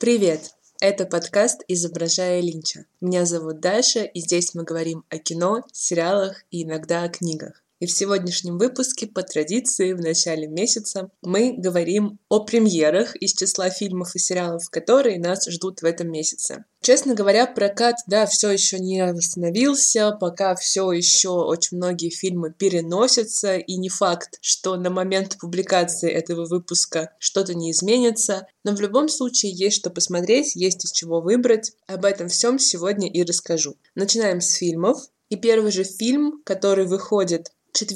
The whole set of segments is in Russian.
Привет! Это подкаст «Изображая Линча». Меня зовут Даша, и здесь мы говорим о кино, сериалах и иногда о книгах. И в сегодняшнем выпуске, по традиции, в начале месяца мы говорим о премьерах из числа фильмов и сериалов, которые нас ждут в этом месяце. Честно говоря, прокат, все еще не восстановился, пока все еще очень многие фильмы переносятся, и не факт, что на момент публикации этого выпуска что-то не изменится, но в любом случае есть что посмотреть, есть из чего выбрать. Об этом всем сегодня и расскажу. Начинаем с фильмов. И первый же фильм, который выходит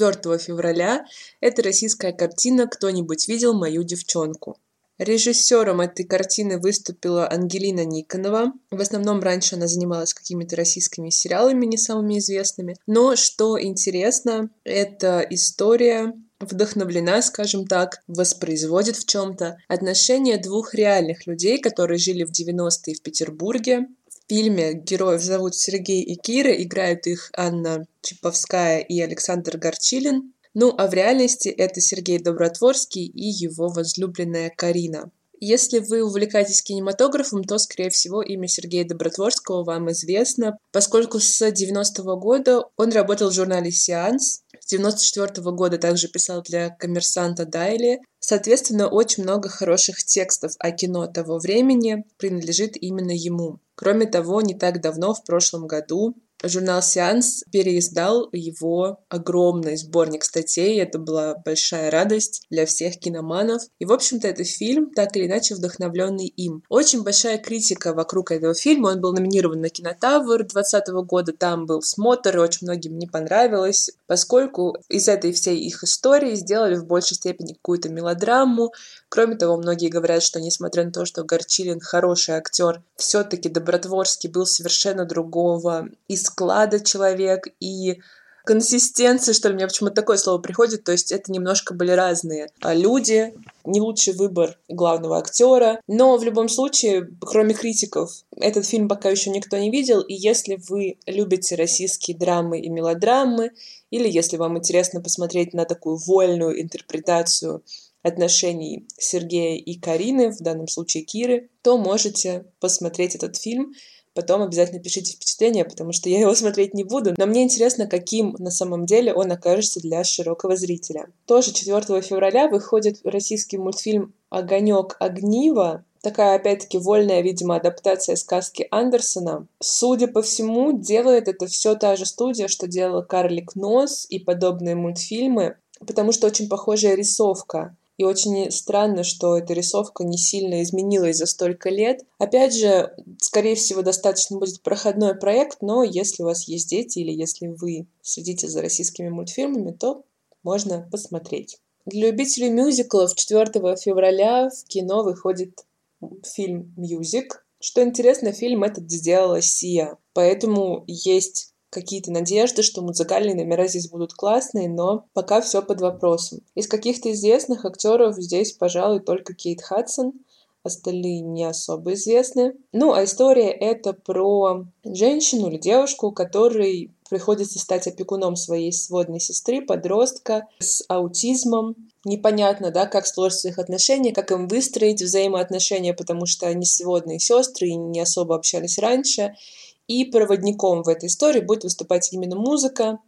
4 февраля, это российская картина «Кто-нибудь видел мою девчонку?». Режиссером этой картины выступила Ангелина Никонова. В основном раньше она занималась какими-то российскими сериалами, не самыми известными. Но что интересно, эта история вдохновлена, скажем так, воспроизводит в чем-то отношения двух реальных людей, которые жили в 90-е в Петербурге. В фильме героев зовут Сергей и Кира, играют их Анна Чиповская и Александр Горчилин. Ну, а в реальности это Сергей Добротворский и его возлюбленная Карина. Если вы увлекаетесь кинематографом, то, скорее всего, имя Сергея Добротворского вам известно, поскольку с 90-го года он работал в журнале «Сеанс», с 94-го года также писал для «Коммерсанта Дайли». Соответственно, очень много хороших текстов о кино того времени принадлежит именно ему. Кроме того, не так давно, в прошлом году, журнал «Сеанс» переиздал его огромный сборник статей. Это была большая радость для всех киноманов. И, в общем-то, это фильм, так или иначе, вдохновленный им. Очень большая критика вокруг этого фильма. Он был номинирован на Кинотавр 2020 года. Там был смотр, и очень многим не понравилось, поскольку из этой всей их истории сделали в большей степени какую-то мелодраму. Кроме того, многие говорят, что, несмотря на то, что Горчилин хороший актер, все-таки Добротворский был совершенно другого и склада человек, и консистенции, что ли, мне почему-то такое слово приходит, то есть это немножко были разные люди, не лучший выбор главного актера, но в любом случае, кроме критиков, этот фильм пока еще никто не видел, и если вы любите российские драмы и мелодрамы, или если вам интересно посмотреть на такую вольную интерпретацию отношений Сергея и Карины, в данном случае Киры, то можете посмотреть этот фильм. Потом обязательно пишите впечатления, потому что я его смотреть не буду. Но мне интересно, каким на самом деле он окажется для широкого зрителя. Тоже 4 февраля выходит российский мультфильм «Огонек огнива». Такая, опять-таки, вольная, видимо, адаптация сказки Андерсона. Судя по всему, делает это все та же студия, что делала «Карлик Нос» и подобные мультфильмы, потому что очень похожая рисовка. И очень странно, что эта рисовка не сильно изменилась за столько лет. Опять же, скорее всего, достаточно будет проходной проект, но если у вас есть дети или если вы следите за российскими мультфильмами, то можно посмотреть. Для любителей мюзиклов 4 февраля в кино выходит фильм «Мьюзик». Что интересно, фильм этот сделала Сиа, поэтому есть какие-то надежды, что музыкальные номера здесь будут классные, но пока все под вопросом. Из каких-то известных актеров здесь, пожалуй, только Кейт Хадсон, остальные не особо известны. Ну, а история это про женщину или девушку, которой приходится стать опекуном своей сводной сестры, подростка с аутизмом. Непонятно, как сложатся их отношения, как им выстроить взаимоотношения, потому что они сводные сестры и не особо общались раньше. И проводником в этой истории будет выступать именно музыка.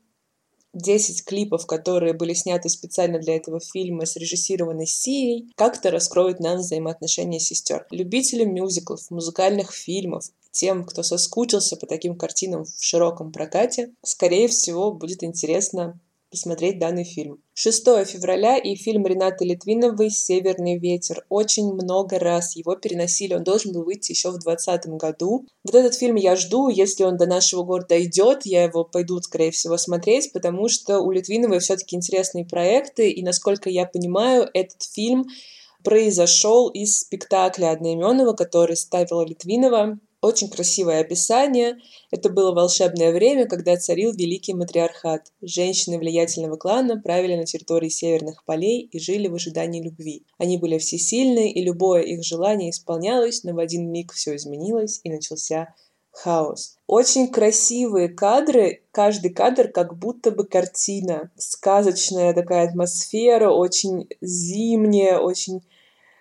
10 клипов, которые были сняты специально для этого фильма, срежиссированы Сией, как-то раскроют нам взаимоотношения сестер. Любителям мюзиклов, музыкальных фильмов, тем, кто соскучился по таким картинам в широком прокате, скорее всего, будет интересно посмотреть данный фильм. 6 февраля и фильм Ренаты Литвиновой «Северный ветер». Очень много раз его переносили, он должен был выйти еще в 2020 году. Вот этот фильм я жду, если он до нашего города дойдет, я его пойду, скорее всего, смотреть, потому что у Литвиновой все-таки интересные проекты, и, насколько я понимаю, этот фильм произошел из спектакля одноименного, который ставила Литвинова. Очень красивое описание. Это было волшебное время, когда царил великий матриархат. Женщины влиятельного клана правили на территории северных полей и жили в ожидании любви. Они были всесильны, и любое их желание исполнялось, но в один миг все изменилось, и начался хаос. Очень красивые кадры, каждый кадр как будто бы картина. Сказочная такая атмосфера, очень зимняя, очень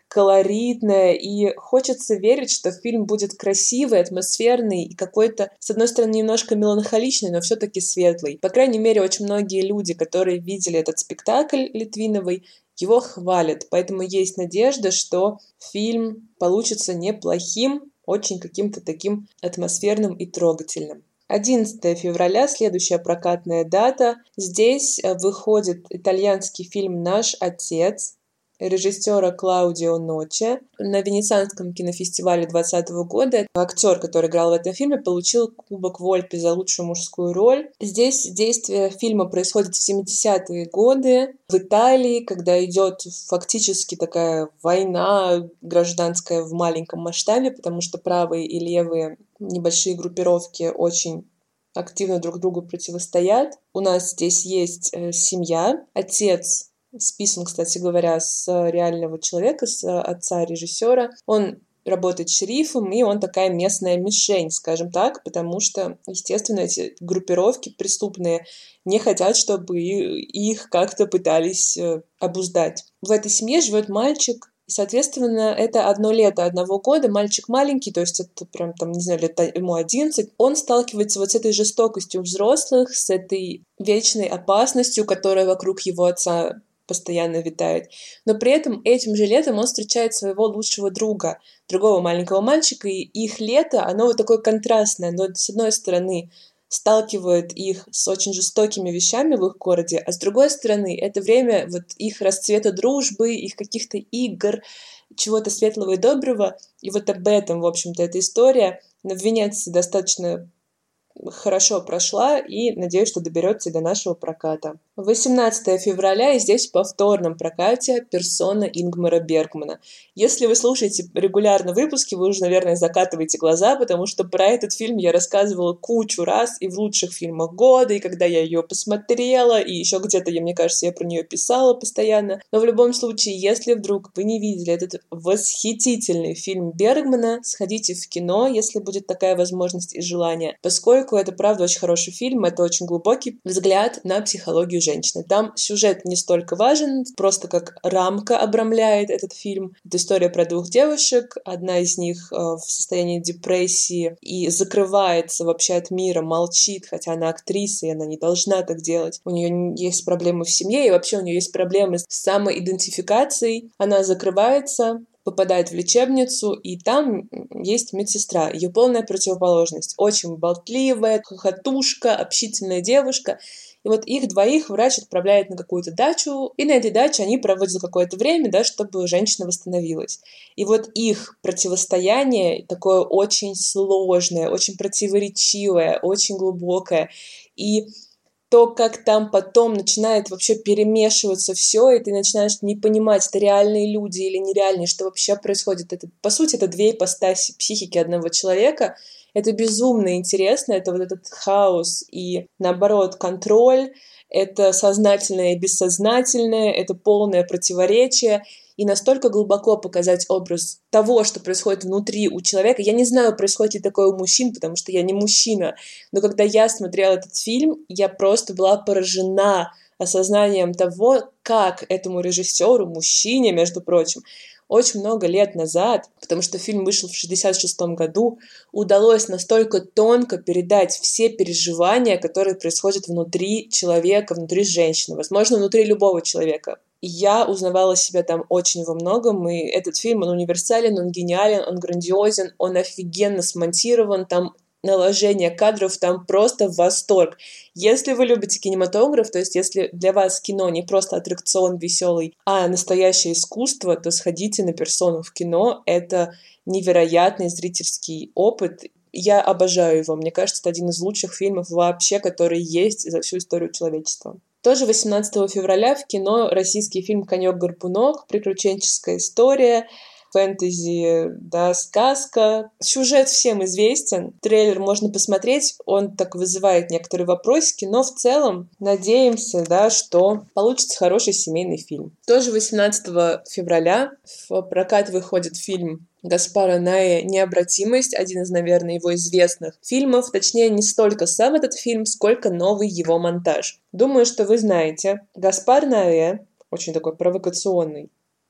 колоритное, и хочется верить, что фильм будет красивый, атмосферный и какой-то, с одной стороны, немножко меланхоличный, но все-таки светлый. По крайней мере, очень многие люди, которые видели этот спектакль Литвиновой, его хвалят, поэтому есть надежда, что фильм получится неплохим, очень каким-то таким атмосферным и трогательным. 11 февраля, следующая прокатная дата. Здесь выходит итальянский фильм «Наш отец» режиссера Клаудио Ночи. На Венецианском кинофестивале 2020 года актер, который играл в этом фильме, получил Кубок Вольпи за лучшую мужскую роль. Здесь действие фильма происходит в 70-е годы в Италии, когда идет фактически такая война гражданская в маленьком масштабе, потому что правые и левые небольшие группировки очень активно друг другу противостоят. У нас здесь есть семья, отец списан, кстати говоря, с реального человека, с отца режиссера. Он работает шерифом, и он такая местная мишень, скажем так, потому что, естественно, эти группировки преступные не хотят, чтобы их как-то пытались обуздать. В этой семье живет мальчик, и, соответственно, это одно лето одного года, мальчик маленький, то есть это прям там, не знаю, лет ему 11, он сталкивается вот с этой жестокостью взрослых, с этой вечной опасностью, которая вокруг его отца постоянно витает. Но при этом этим же летом он встречает своего лучшего друга, другого маленького мальчика, и их лето, оно вот такое контрастное. Но с одной стороны сталкивает их с очень жестокими вещами в их городе, а с другой стороны это время вот их расцвета дружбы, их каких-то игр, чего-то светлого и доброго. И вот об этом, в общем-то, эта история. Но в Венеции достаточно хорошо прошла и надеюсь, что доберется до нашего проката. 18 февраля, и здесь в повторном прокате «Персона» Ингмара Бергмана. Если вы слушаете регулярно выпуски, вы уже, наверное, закатываете глаза, потому что про этот фильм я рассказывала кучу раз и в лучших фильмах года, и когда я ее посмотрела, и еще где-то, мне кажется, я про нее писала постоянно. Но в любом случае, если вдруг вы не видели этот восхитительный фильм Бергмана, сходите в кино, если будет такая возможность и желание, поскольку это, правда, очень хороший фильм, это очень глубокий взгляд на психологию женщины. Там сюжет не столько важен, просто как рамка обрамляет этот фильм. Это история про двух девушек, одна из них в состоянии депрессии и закрывается вообще от мира, молчит, хотя она актриса, и она не должна так делать. У нее есть проблемы в семье, и вообще у нее есть проблемы с самоидентификацией. Она закрывается, попадает в лечебницу, и там есть медсестра, ее полная противоположность. Очень болтливая, хохотушка, общительная девушка. И вот их двоих врач отправляет на какую-то дачу, и на этой даче они проводят какое-то время, да, чтобы женщина восстановилась. И вот их противостояние такое очень сложное, очень противоречивое, очень глубокое. И то, как там потом начинает вообще перемешиваться все, и ты начинаешь не понимать, это реальные люди или нереальные, что вообще происходит. Это, по сути, это две ипостаси психики одного человека. Это безумно интересно, это вот этот хаос и, наоборот, контроль, это сознательное и бессознательное, это полное противоречие. И настолько глубоко показать образ того, что происходит внутри у человека. Я не знаю, происходит ли такое у мужчин, потому что я не мужчина. Но когда я смотрела этот фильм, я просто была поражена осознанием того, как этому режиссеру, мужчине, между прочим, очень много лет назад, потому что фильм вышел в 1966 году, удалось настолько тонко передать все переживания, которые происходят внутри человека, внутри женщины, возможно, внутри любого человека. И я узнавала себя там очень во многом, и этот фильм, он универсален, он гениален, он грандиозен, он офигенно смонтирован, там наложение кадров, там просто восторг. Если вы любите кинематограф, то есть если для вас кино не просто аттракцион веселый, а настоящее искусство, то сходите на «Персону» в кино. Это невероятный зрительский опыт. Я обожаю его. Мне кажется, это один из лучших фильмов вообще, который есть за всю историю человечества. Тоже 18 февраля в кино российский фильм «Конек-горбунок», приключенческая история, фэнтези, да, сказка. Сюжет всем известен, трейлер можно посмотреть, он так вызывает некоторые вопросики, но в целом надеемся, да, что получится хороший семейный фильм. Тоже 18 февраля в прокат выходит фильм Гаспара Ноэ «Необратимость», один из, наверное, его известных фильмов, точнее, не столько сам этот фильм, сколько новый его монтаж. Думаю, что вы знаете, Гаспар Ноэ, очень такой провокационный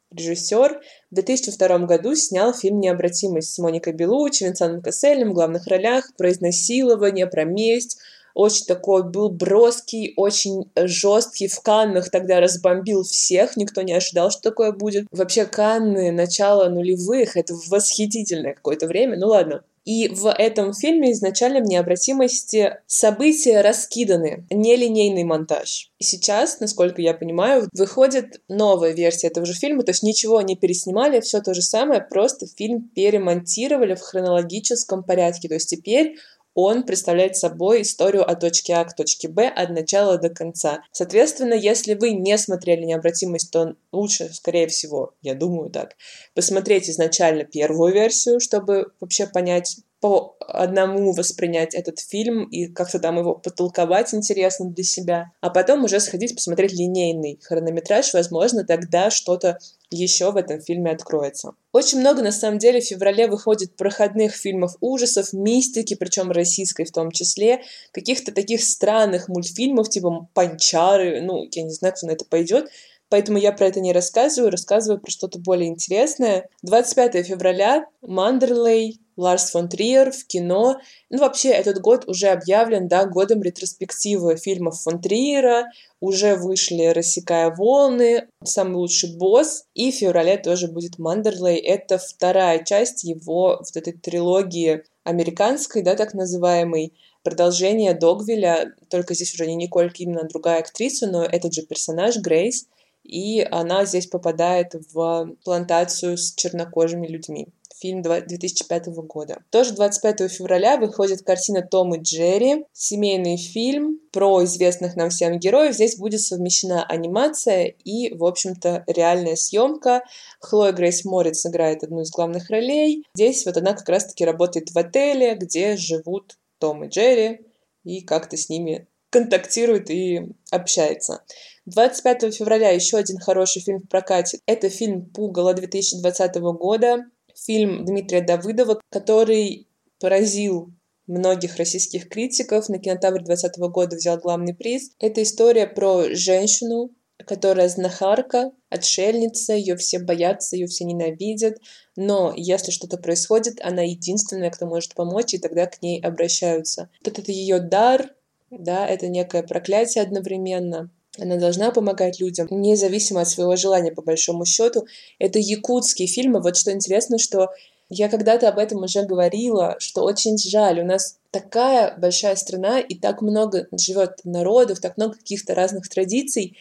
режиссер, в 2002 году снял фильм «Необратимость» с Моникой Беллуччи, Винсентом Касселем в главных ролях, про изнасилование, про месть. Очень такой был броский, очень жесткий. В Каннах тогда разбомбил всех, никто не ожидал, что такое будет. Вообще Канны, начало нулевых, это восхитительное какое-то время, ну ладно. И в этом фильме изначально в «Необратимости» события раскиданы, нелинейный монтаж. И сейчас, насколько я понимаю, выходит новая версия этого же фильма, то есть ничего не переснимали, все то же самое, просто фильм перемонтировали в хронологическом порядке. То есть теперь он представляет собой историю от точки А к точке Б от начала до конца. Соответственно, если вы не смотрели «Необратимость», то лучше, скорее всего, я думаю так, посмотреть изначально первую версию, чтобы вообще понять, по одному воспринять этот фильм и как-то там его потолковать интересно для себя, а потом уже сходить посмотреть линейный хронометраж, возможно, тогда что-то еще в этом фильме откроется. Очень много, на самом деле, в феврале выходит проходных фильмов ужасов, мистики, причем российской в том числе, каких-то таких странных мультфильмов, типа «Панчары», ну, я не знаю, кто на это пойдет, поэтому я про это не рассказываю про что-то более интересное. 25 февраля «Мандерлей», Ларс фон Триер в кино. Ну, вообще, этот год уже объявлен, да, годом ретроспективы фильмов фон Триера. Уже вышли «Рассекая волны», «Самый лучший босс», и в феврале тоже будет «Мандерлей». Это вторая часть его вот этой трилогии американской, да, так называемой, продолжение Догвилля, только здесь уже не Николь Кидман, а другая актриса, но этот же персонаж, Грейс, и она здесь попадает в плантацию с чернокожими людьми. Фильм 2005 года. Тоже 25 февраля выходит картина «Том и Джерри», семейный фильм про известных нам всем героев. Здесь будет совмещена анимация и, в общем-то, реальная съемка. Хлоя Грейс Морец играет одну из главных ролей. Здесь вот она как раз-таки работает в отеле, где живут Том и Джерри, и как-то с ними контактирует и общается. 25 февраля еще один хороший фильм в прокате. Это фильм «Пугало» 2020 года. Фильм Дмитрия Давыдова, который поразил многих российских критиков. На Кинотавре 2020 года взял главный приз. Это история про женщину, которая знахарка, отшельница, ее все боятся, ее все ненавидят, но если что-то происходит, она единственная, кто может помочь, и тогда к ней обращаются. Вот это ее дар, да, это некое проклятие одновременно. Она должна помогать людям, независимо от своего желания, по большому счету. Это якутские фильмы. Вот что интересно, что я когда-то об этом уже говорила, что очень жаль. У нас такая большая страна, и так много живет народов, так много каких-то разных традиций,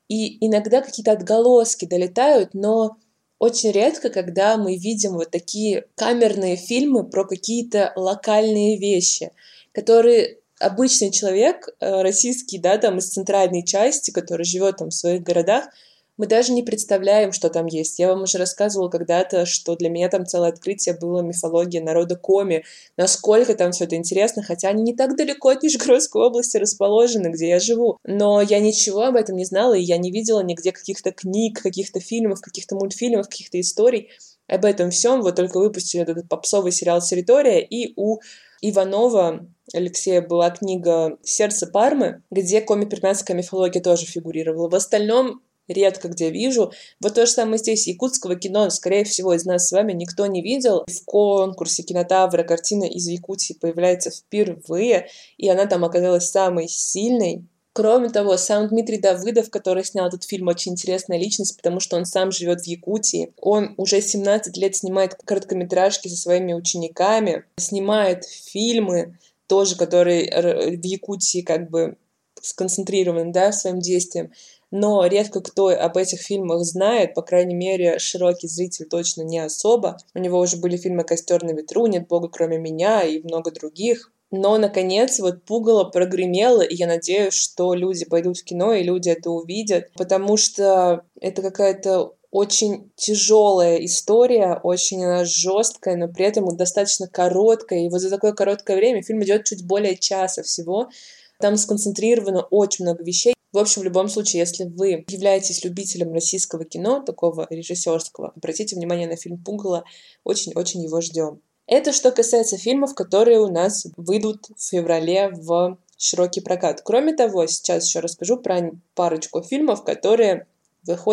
и иногда какие-то отголоски долетают, но очень редко, когда мы видим вот такие камерные фильмы про какие-то локальные вещи, которые обычный человек, российский, да, там из центральной части, который живет там в своих городах, мы даже не представляем, что там есть. Я вам уже рассказывала когда-то, что для меня там целое открытие было мифология народа Коми, насколько там все это интересно, хотя они не так далеко от Нижегородской области расположены, где я живу. Но я ничего об этом не знала, и я не видела нигде каких-то книг, каких-то фильмов, каких-то мультфильмов, каких-то историй об этом всем. Вот только выпустили этот попсовый сериал «Территория», и у Иванова Алексея была книга «Сердце Пармы», где коми-пермянская мифология тоже фигурировала. В остальном редко где вижу. Вот то же самое здесь. Якутского кино, скорее всего, из нас с вами никто не видел. В конкурсе Кинотавра картина из Якутии появляется впервые, и она там оказалась самой сильной. Кроме того, сам Дмитрий Давыдов, который снял этот фильм, очень интересная личность, потому что он сам живет в Якутии. Он уже 17 лет снимает короткометражки со своими учениками, снимает фильмы, тоже, которые в Якутии как бы сконцентрированы, да, своим действием. Но редко кто об этих фильмах знает, по крайней мере, широкий зритель точно не особо. У него уже были фильмы «Костер на ветру», «Нет Бога, кроме меня» и много других. Но, наконец, вот «Пугало» прогремело, и я надеюсь, что люди пойдут в кино, и люди это увидят, потому что это какая-то очень тяжелая история, очень она жесткая, но при этом достаточно короткая. И вот за такое короткое время фильм идет чуть более часа всего. Там сконцентрировано очень много вещей. В общем, в любом случае, если вы являетесь любителем российского кино, такого режиссерского, обратите внимание на фильм «Пугало», очень-очень его ждем. Это что касается фильмов, которые у нас выйдут в феврале в широкий прокат. Кроме того, сейчас еще расскажу про парочку фильмов, которые выходят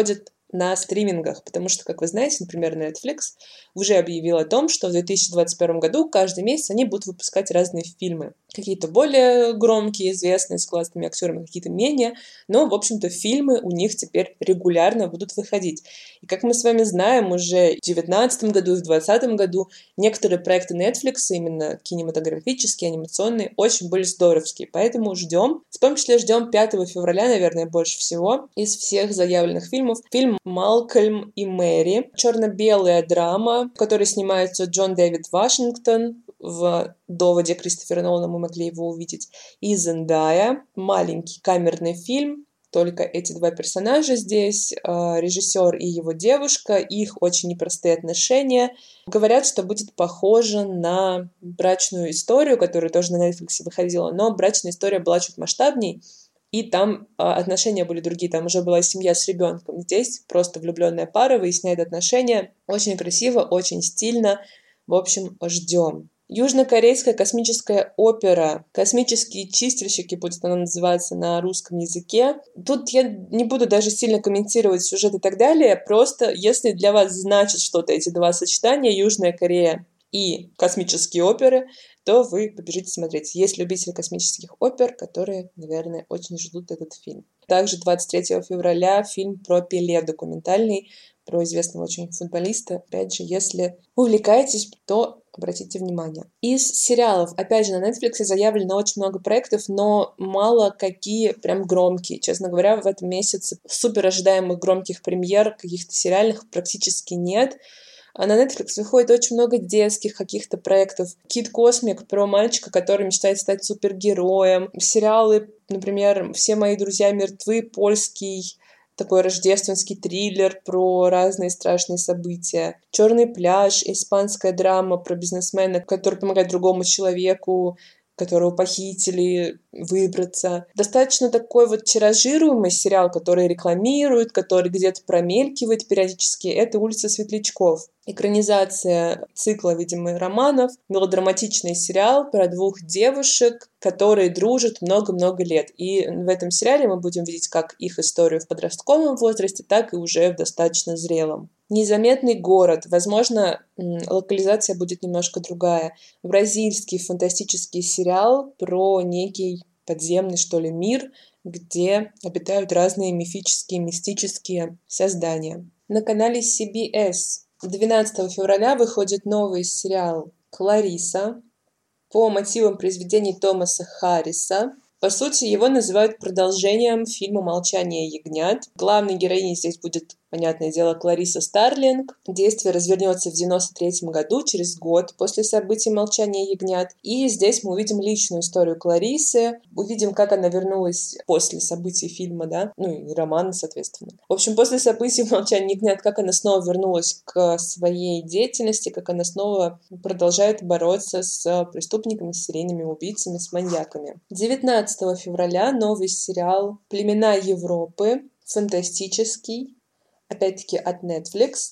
на стримингах, потому что, как вы знаете, например, Netflix уже объявил о том, что в 2021 году каждый месяц они будут выпускать разные фильмы. Какие-то более громкие, известные, с классными актерами, какие-то менее, но, в общем-то, фильмы у них теперь регулярно будут выходить. И как мы с вами знаем, уже в 2019 году и в 2020 году некоторые проекты Netflix, именно кинематографические, анимационные, очень были здоровские, поэтому ждем. В том числе ждем 5 февраля, наверное, больше всего из всех заявленных фильмов. Фильм «Малкольм и Мэри», черно-белая драма, в которой снимается Джон Дэвид Вашингтон. В «Доводе» Кристофера Нолана мы могли его увидеть. И Зендая. Маленький камерный фильм. Только эти два персонажа здесь, режиссер и его девушка, их очень непростые отношения. Говорят, что будет похоже на брачную историю, которая тоже на Netflix выходила, но брачная история была чуть масштабней, и там отношения были другие, там уже была семья с ребенком. Здесь просто влюбленная пара выясняет отношения. Очень красиво, очень стильно. В общем, ждем. Южнокорейская космическая опера «Космические чистильщики» будет она называться на русском языке. Тут я не буду даже сильно комментировать сюжет и так далее, просто если для вас значит что-то эти два сочетания, Южная Корея и космические оперы, то вы побежите смотреть. Есть любители космических опер, которые, наверное, очень ждут этот фильм. Также 23 февраля фильм про Пеле, документальный, про известного очень футболиста. Опять же, если увлекаетесь, то обратите внимание. Из сериалов, опять же, на Netflix заявлено очень много проектов, но мало какие прям громкие. Честно говоря, в этом месяце супер ожидаемых громких премьер, каких-то сериальных практически нет. А на Netflix выходит очень много детских каких-то проектов. Кид Космик про мальчика, который мечтает стать супергероем. Сериалы, например, «Все мои друзья мертвы», польский такой рождественский триллер про разные страшные события. «Черный пляж», испанская драма про бизнесмена, который помогает другому человеку, которого похитили, выбраться. Достаточно такой вот тиражируемый сериал, который рекламируют, который где-то промелькивает периодически, это «Улица Светлячков». Экранизация цикла, видимо, романов, мелодраматичный сериал про двух девушек, которые дружат много-много лет. И в этом сериале мы будем видеть как их историю в подростковом возрасте, так и уже в достаточно зрелом. «Незаметный город». Возможно, локализация будет немножко другая. Бразильский фантастический сериал про некий подземный, что ли, мир, где обитают разные мифические, мистические создания. На канале CBS 12 февраля выходит новый сериал «Клариса» по мотивам произведений Томаса Харриса. По сути, его называют продолжением фильма «Молчание ягнят». Главной героиней здесь будет, понятное дело, Клариса Старлинг. Действие развернется в 1993 году, через год после событий «Молчания ягнят». И здесь мы увидим личную историю Кларисы, увидим, как она вернулась после событий фильма, да, ну и романа, соответственно. В общем, после событий «Молчания ягнят», как она снова вернулась к своей деятельности, как она снова продолжает бороться с преступниками, с серийными убийцами, с маньяками. 19 февраля новый сериал «Племена Европы», фантастический, опять-таки от Netflix.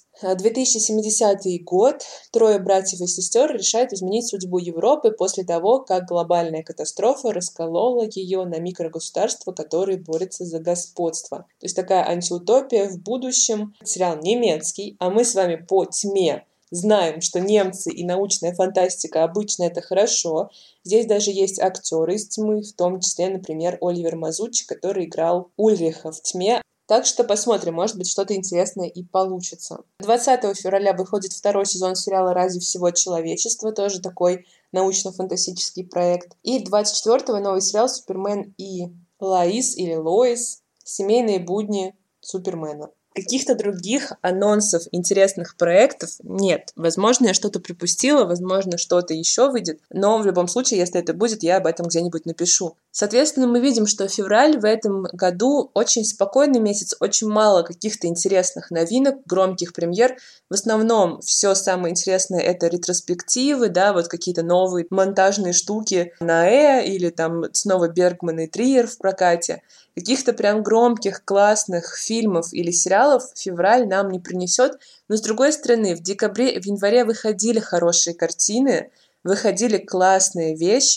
2070 год. Трое братьев и сестер решают изменить судьбу Европы после того, как глобальная катастрофа расколола ее на микрогосударства, которые борются за господство. То есть такая антиутопия в будущем. Сериал немецкий, а мы с вами по тьме знаем, что немцы и научная фантастика обычно это хорошо. Здесь даже есть актеры из «Тьмы», в том числе, например, Оливер Мазуччи, который играл Ульриха в «Тьме». Так что посмотрим, может быть, что-то интересное и получится. 20 февраля выходит второй сезон сериала «Ради всего человечества», тоже такой научно-фантастический проект. И 24-го новый сериал «Супермен и Лоис» или Лоис. Семейные будни Супермена. Каких-то других анонсов интересных проектов нет. Возможно, я что-то пропустила, возможно, что-то еще выйдет, но в любом случае, если это будет, я об этом где-нибудь напишу. Соответственно, мы видим, что февраль в этом году очень спокойный месяц, очень мало каких-то интересных новинок, громких премьер. В основном все самое интересное — это ретроспективы, да, вот какие-то новые монтажные штуки на или там снова Бергман и Триер в прокате. Каких-то прям громких, классных фильмов или сериалов февраль нам не принесет. Но, с другой стороны, в декабре и в январе выходили хорошие картины, выходили классные вещи.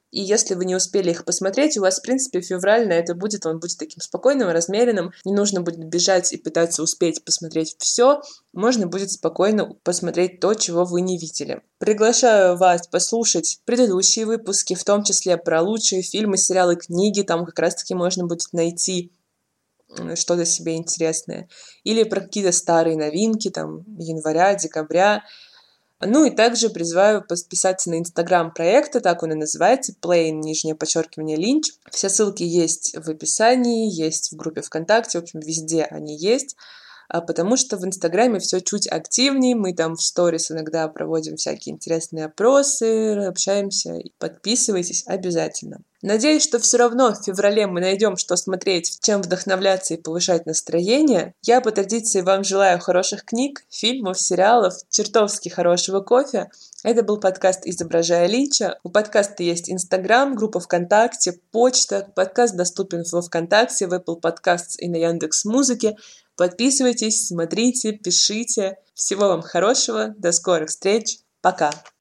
И если вы не успели их посмотреть, у вас, в принципе, февраль на это будет, он будет таким спокойным, размеренным. Не нужно будет бежать и пытаться успеть посмотреть все. Можно будет спокойно посмотреть то, чего вы не видели. Приглашаю вас послушать предыдущие выпуски, в том числе про лучшие фильмы, сериалы, книги. Там как раз-таки можно будет найти что-то себе интересное. Или про какие-то старые новинки, там, января, декабря. Ну и также призываю подписаться на инстаграм проекта, так он и называется, _Lynch. Все ссылки есть в описании, есть в группе ВКонтакте, в общем, везде они есть. Потому что в Инстаграме все чуть активнее, мы там в сторис иногда проводим всякие интересные опросы, общаемся. Подписывайтесь обязательно. Надеюсь, что все равно в феврале мы найдем, что смотреть, чем вдохновляться и повышать настроение. Я по традиции вам желаю хороших книг, фильмов, сериалов, чертовски хорошего кофе. Это был подкаст «Изображая Линча». У подкаста есть Инстаграм, группа ВКонтакте, почта. Подкаст доступен во ВКонтакте, в Apple Podcasts и на Яндекс.Музыке. Подписывайтесь, смотрите, пишите. Всего вам хорошего. До скорых встреч. Пока.